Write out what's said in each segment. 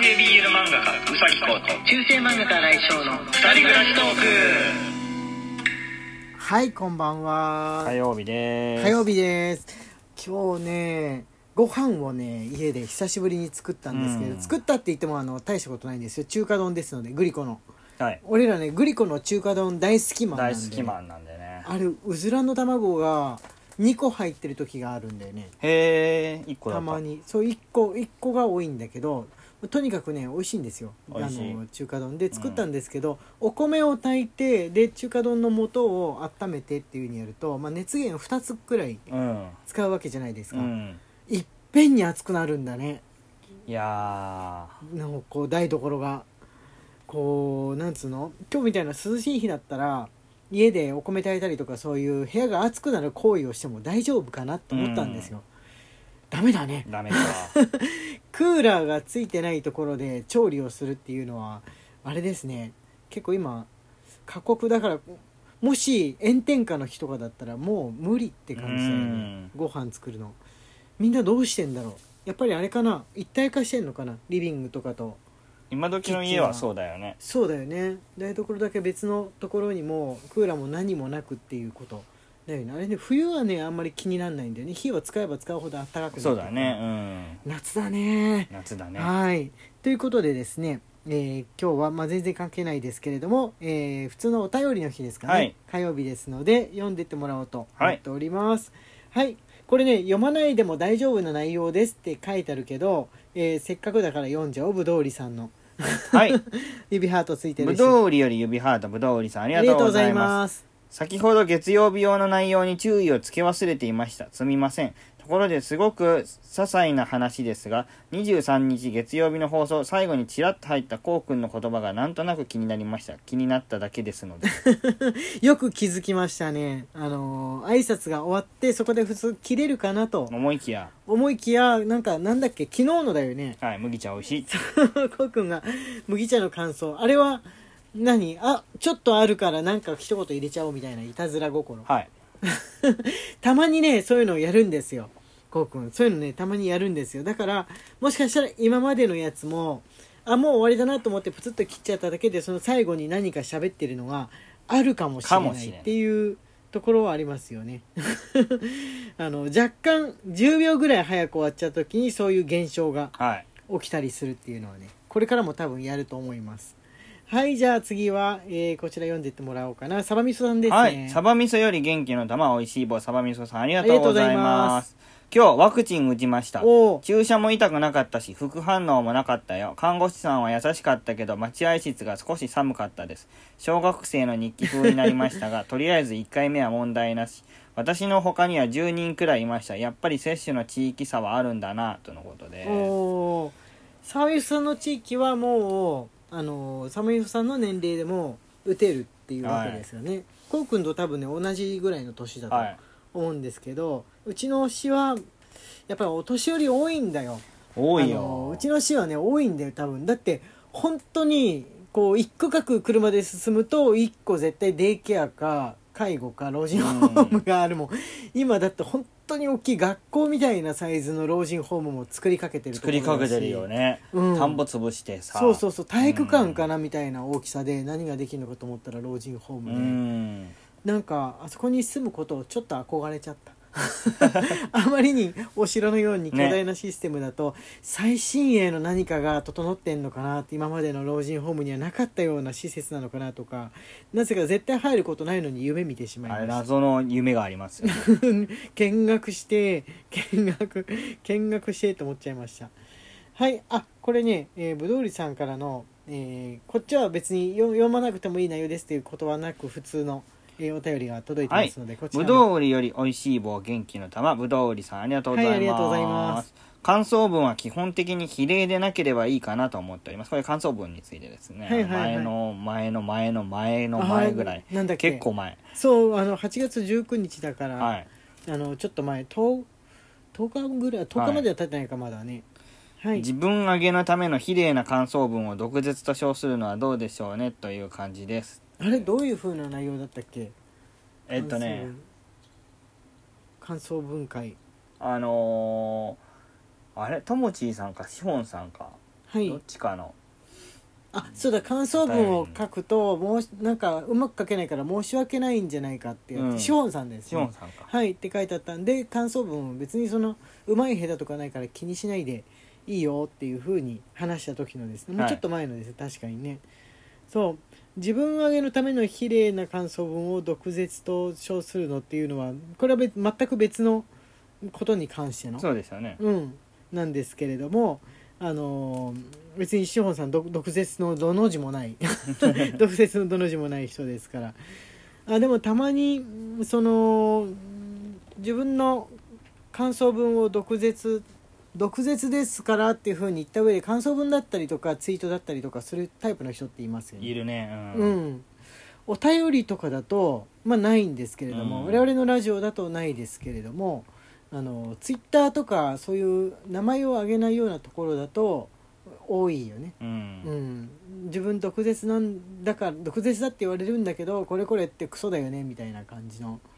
系 BL 漫画家うさぎこと中世漫画家来翔の二人暮らしトーク。 はい、こんばんは。 火曜日です。 火曜日です。今日ね、ご飯をね家で久しぶりに作ったんですけど、作ったって言っても大したことないんですよ。中華丼ですので、グリコの、 はい、 俺らねグリコの中華丼大好きマンなんで、 大好きマンなんでね。 あれうずらの卵が2個入ってる時があるんだよね。 へえ、1個だった。 たまにそう1個が多いんだけど、とにかくね美味しいんですよ。 美味しい中華丼で作ったんですけど、お米を炊いて、で中華丼の素を温めてっていう風にやると、熱源2つくらい使うわけじゃないですか、いっぺんに熱くなるんだね。 いやなんかこう台所がこうなんつうの、今日みたいな涼しい日だったら家でお米炊いたりとか、そういう部屋が熱くなる行為をしても大丈夫かなと思ったんですよ。ダメだね。 ダメかクーラーがついてないところで調理をするっていうのはあれですね、結構今過酷だから、もし炎天下の日とかだったらもう無理って感じだよね。ご飯作るのみんなどうしてんだろう。やっぱりあれかな、一体化してんのかな、リビングとかと。 今時の家はそうだよね。 そうだよね。台所だけ別のところにもクーラーも何もなくっていうことだよね。あれね、冬はねあんまり気にならないんだよね。火を使えば使うほど暖かくなってくる。 そうだね、 夏だね。 夏だね。 はい、ということでですね、今日は全然関係ないですけれども、普通のお便りの日ですかね、 はい、 火曜日ですので読んでってもらおうと思っております。はい、これね、読まないでも大丈夫な内容ですって書いてあるけど、せっかくだから読んじゃおう。ぶどうりさんのはい指ハートついてるし、 ぶどうりより指ハート、ぶどうりさんありがとうございます。先ほど月曜日用の内容に注意をつけ忘れていました。すみません。ところですごく些細な話ですが、23日月曜日の放送最後にちらっと入ったこうくんの言葉がなんとなく気になりました。気になっただけですのでよく気づきましたね。挨拶が終わってそこで普通切れるかなと思いきや、なんだっけ、昨日のだよね。 はい、麦茶美味しいこうくんが麦茶の感想、あれはちょっとあるからなんか一言入れちゃおうみたいないたずら心、 はいたまにねそういうのをやるんですよ。こうくんそういうのねたまにやるんですよ。だからもしかしたら今までのやつももう終わりだなと思ってプツッと切っちゃっただけで、その最後に何か喋ってるのがあるかもしれないっていうところはありますよね若干10秒ぐらい早く終わっちゃった時にそういう現象が起きたりするっていうのはね、これからも多分やると思います。はい、じゃあ次は、こちら読んでいってもらおうかな。サバミソさんですね。 はい、サバミソより元気の玉おいしい棒、サバミソさんありがとうございます。今日ワクチン打ちました。注射も痛くなかったし副反応もなかったよ。看護師さんは優しかったけど待合室が少し寒かったです。小学生の日記風になりましたがとりあえず1回目は問題なし。私の他には10人くらいいました。やっぱり接種の地域差はあるんだなとのことで、 サバミソさんの地域はもうサバミソさんの年齢でも打てるっていうわけですよね。こうくんと多分ね同じぐらいの年だと思うんですけど、うちの市はやっぱりお年寄り多いんだよ。 多いよ。 うちの市はね多いんだよ多分。だって本当にこう一区画車で進むと1個絶対デイケアか介護か老人ホームがあるもん。今だって本当に大きい学校みたいなサイズの老人ホームも作りかけてるところだし、 作りかけてるよね、田んぼ潰してさ、 そう体育館かなみたいな大きさで何ができるのかと思ったら老人ホームで、なんかあそこに住むことをちょっと憧れちゃったあまりにお城のように巨大なシステムだと、最新鋭の何かが整ってんのかなって、今までの老人ホームにはなかったような施設なのかなとか、なぜか絶対入ることないのに夢見てしまいました。 謎の夢がありますよ見学してと思っちゃいました。はい、これね、ぶどうりさんからの、こっちは別に読まなくてもいい内容ですっていうことはなく普通のお便りが届いてますので、こちらぶどうりよりおいしい棒元気の玉、ぶどうりさんありがとうございます。 ありがとうございます。 感想文は基本的に比例でなければいいかなと思っております。これ感想文についてですね、前の前ぐらい、 なんだっけ、 結構前、 そう8月19日だから、ちょっと前10日ぐらい、10日までは経ってないかまだね。 自分上げのための比例な感想文を毒舌と称するのはどうでしょうねという感じです。 あれどういう風な内容だったっけ。感想文会、 あれともちーさんかしほんさんかはい、 どっちかのそうだ、感想文を書くとなんかうまく書けないから申し訳ないんじゃないかってやって、シフォンさんですね、 シフォンさんか、 はいって書いてあったんで、感想文を別にそのうまい下手とかないから気にしないでいいよっていう風に話した時のですね、もうちょっと前のです、確かにね。そう自分上げのための綺麗な感想文を毒舌と称するのっていうのは、これは全く別のことに関してのそうですよね、 なんですけれども、別に志保さん毒舌のどの字もない毒舌のどの字もない人ですから。でもたまにその自分の感想文を毒舌ですからっていう風に言った上で感想文だったりとかツイートだったりとかするタイプの人っていますよね。 いるね、 お便りとかだとないんですけれども、我々のラジオだとないですけれども、ツイッターとかそういう名前を挙げないようなところだと多いよね。自分毒舌なんだから毒舌だって言われるんだけど、これってクソだよねみたいな感じの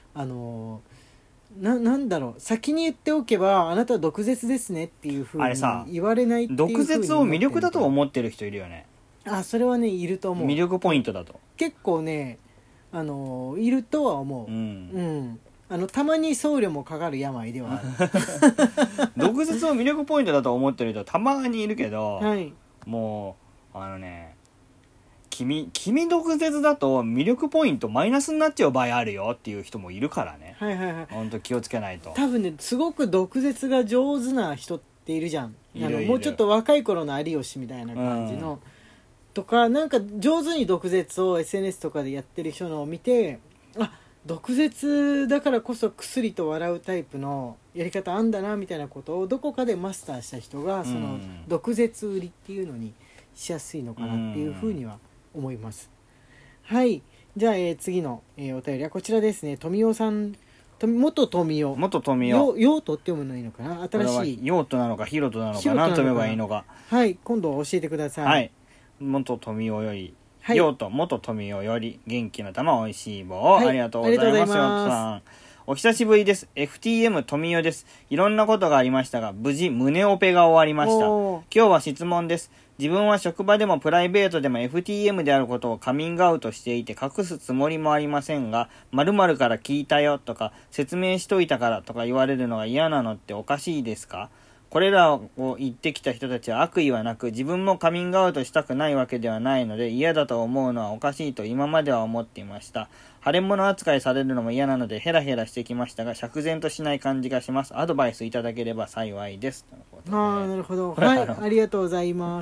なんだろう、先に言っておけばあなたは毒舌ですねっていう風に言われないっていう風に、 毒舌を魅力だと思ってる人いるよね。 それはねいると思う。 魅力ポイントだと結構ねいるとは思う。たまに僧侶もかかる病ではある毒舌を魅力ポイントだと思ってる人たまにいるけど、もう君毒舌だと魅力ポイントマイナスになっちゃう場合あるよっていう人もいるからね。本当気をつけないと。 多分ねすごく毒舌が上手な人っているじゃん。もうちょっと若い頃の有吉みたいな感じの、とかなんか上手に毒舌を SNS とかでやってる人のを見て、毒舌だからこそ薬と笑うタイプのやり方あんだなみたいなことをどこかでマスターした人がその毒舌売りっていうのにしやすいのかなっていうふうには思います。はい、じゃあ、次の、お便りはこちらですね。富雄さん、元富雄用途って読むのいいのかな、新しい用途なのかヒロトなのか何と読めばいいのか、 今度教えてください。 元富雄より用途元富雄より元気の玉おいしい棒、ありがとうございます。お久しぶりです。 FTM 富雄です。いろんなことがありましたが無事胸オペが終わりました。今日は質問です。自分は職場でもプライベートでも FTM であることをカミングアウトしていて隠すつもりもありませんが、〇〇から聞いたよとか説明しといたからとか言われるのが嫌なのっておかしいですか？これらを言ってきた人たちは悪意はなく、自分もカミングアウトしたくないわけではないので、嫌だと思うのはおかしいと今までは思っていました。腫れ物扱いされるのも嫌なのでヘラヘラしてきましたが、釈然としない感じがします。アドバイスいただければ幸いです。 なるほど。ありがとうございます。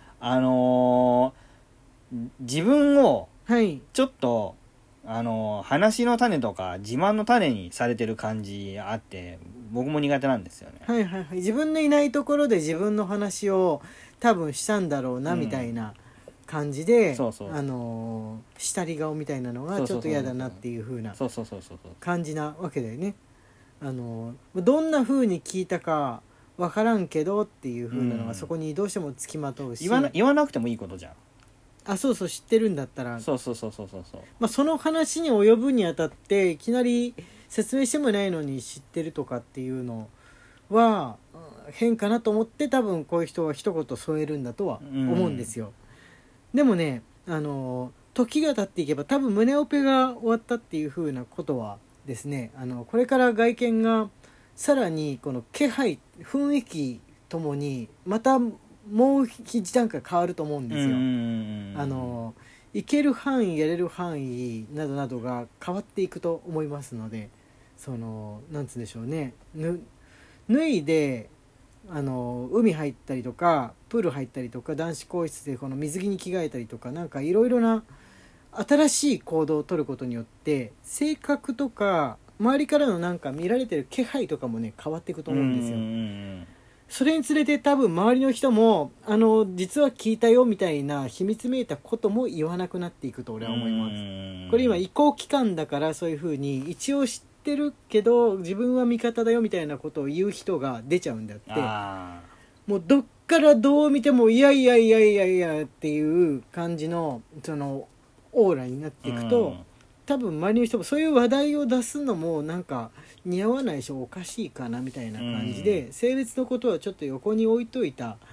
自分をちょっと、話の種とか自慢の種にされてる感じあって、僕も苦手なんですよね。 自分のいないところで自分の話を多分したんだろうなみたいな感じで、下り顔みたいなのがちょっと嫌だなっていう風な感じなわけだよね。どんな風に聞いたか分からんけどっていう風なのがそこにどうしてもつきまとうし、 言わなくてもいいことじゃん。 そう知ってるんだったら、 その話に及ぶにあたっていきなり説明してもないのに知ってるとかっていうのは変かなと思って、多分こういう人は一言添えるんだとは思うんですよ。でもね、時が経っていけば多分胸オペが終わったっていう風なことはですね、これから外見がさらにこの気配雰囲気ともにまたもう一段階変わると思うんですよ。いける範囲やれる範囲などなどが変わっていくと思いますので、なんつうんでしょうね、脱いで海入ったりとかプール入ったりとか男子更衣室でこの水着に着替えたりとか、なんかいろいろな新しい行動を取ることによって性格とか周りからのなんか見られてる気配とかもね変わっていくと思うんですよ。それにつれて多分周りの人も実は聞いたよみたいな秘密めいたことも言わなくなっていくと俺は思います。これ今移行期間だからそういう風に一応知ってるけど自分は味方だよみたいなことを言う人が出ちゃうんだって、もうどっからどう見てもいやっていう感じのオーラになっていくと、多分周りの人もそういう話題を出すのもなんか似合わないしおかしいかなみたいな感じで、性別のことはちょっと横に置いといた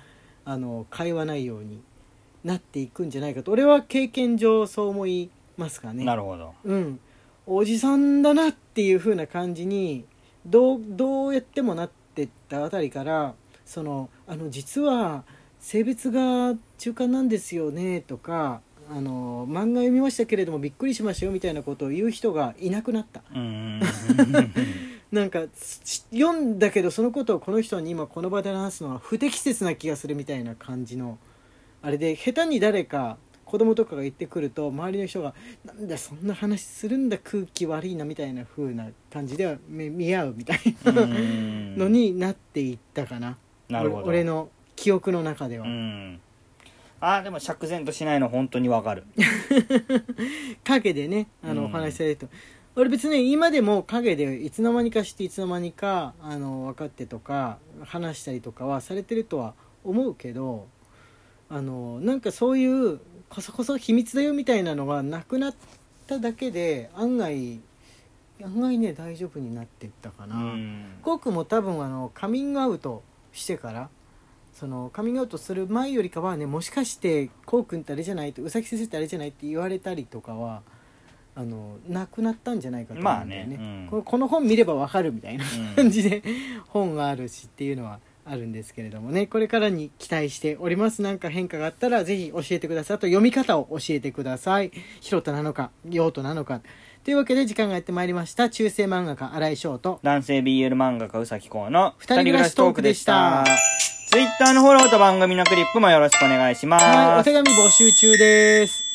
会話内容になっていくんじゃないかと俺は経験上そう思いますかね。 なるほど。 おじさんだなっていう風な感じにどうやってもなってったあたりから実は性別が中間なんですよねとか漫画読みましたけれどもびっくりしましたよみたいなことを言う人がいなくなったなんか読んだけどそのことをこの人に今この場で話すのは不適切な気がするみたいな感じのあれで下手に誰か子供とかが言ってくると周りの人がなんだそんな話するんだ空気悪いなみたいな風な感じでは見合うみたいなのになっていったかな。 なるほど。 俺の記憶の中では。 でも釈然としないの本当にわかる影でねお話しされると俺別に今でも影でいつの間にかしていつの間にか分かってとか話したりとかはされてるとは思うけどなんかそういうこそこそ秘密だよみたいなのがなくなっただけで案外ね大丈夫になっていったかな。コウ君も多分カミングアウトしてからカミングアウトする前よりかはねもしかしてコウ君ってあれじゃないと宇崎先生ってあれじゃないって言われたりとかはなくなったんじゃないかと思うんだよね。この本見ればわかるみたいな感じで本があるしっていうのはあるんですけれどもねこれからに期待しております。なんか変化があったらぜひ教えてください。あと読み方を教えてください。ひろたなのかようとなのかというわけで時間がやってまいりました。中世漫画家新井翔と男性 BL 漫画家宇崎公の二人暮らしトークでした。Twitter のフォローと番組のクリップもよろしくお願いします。 はい、お手紙募集中です。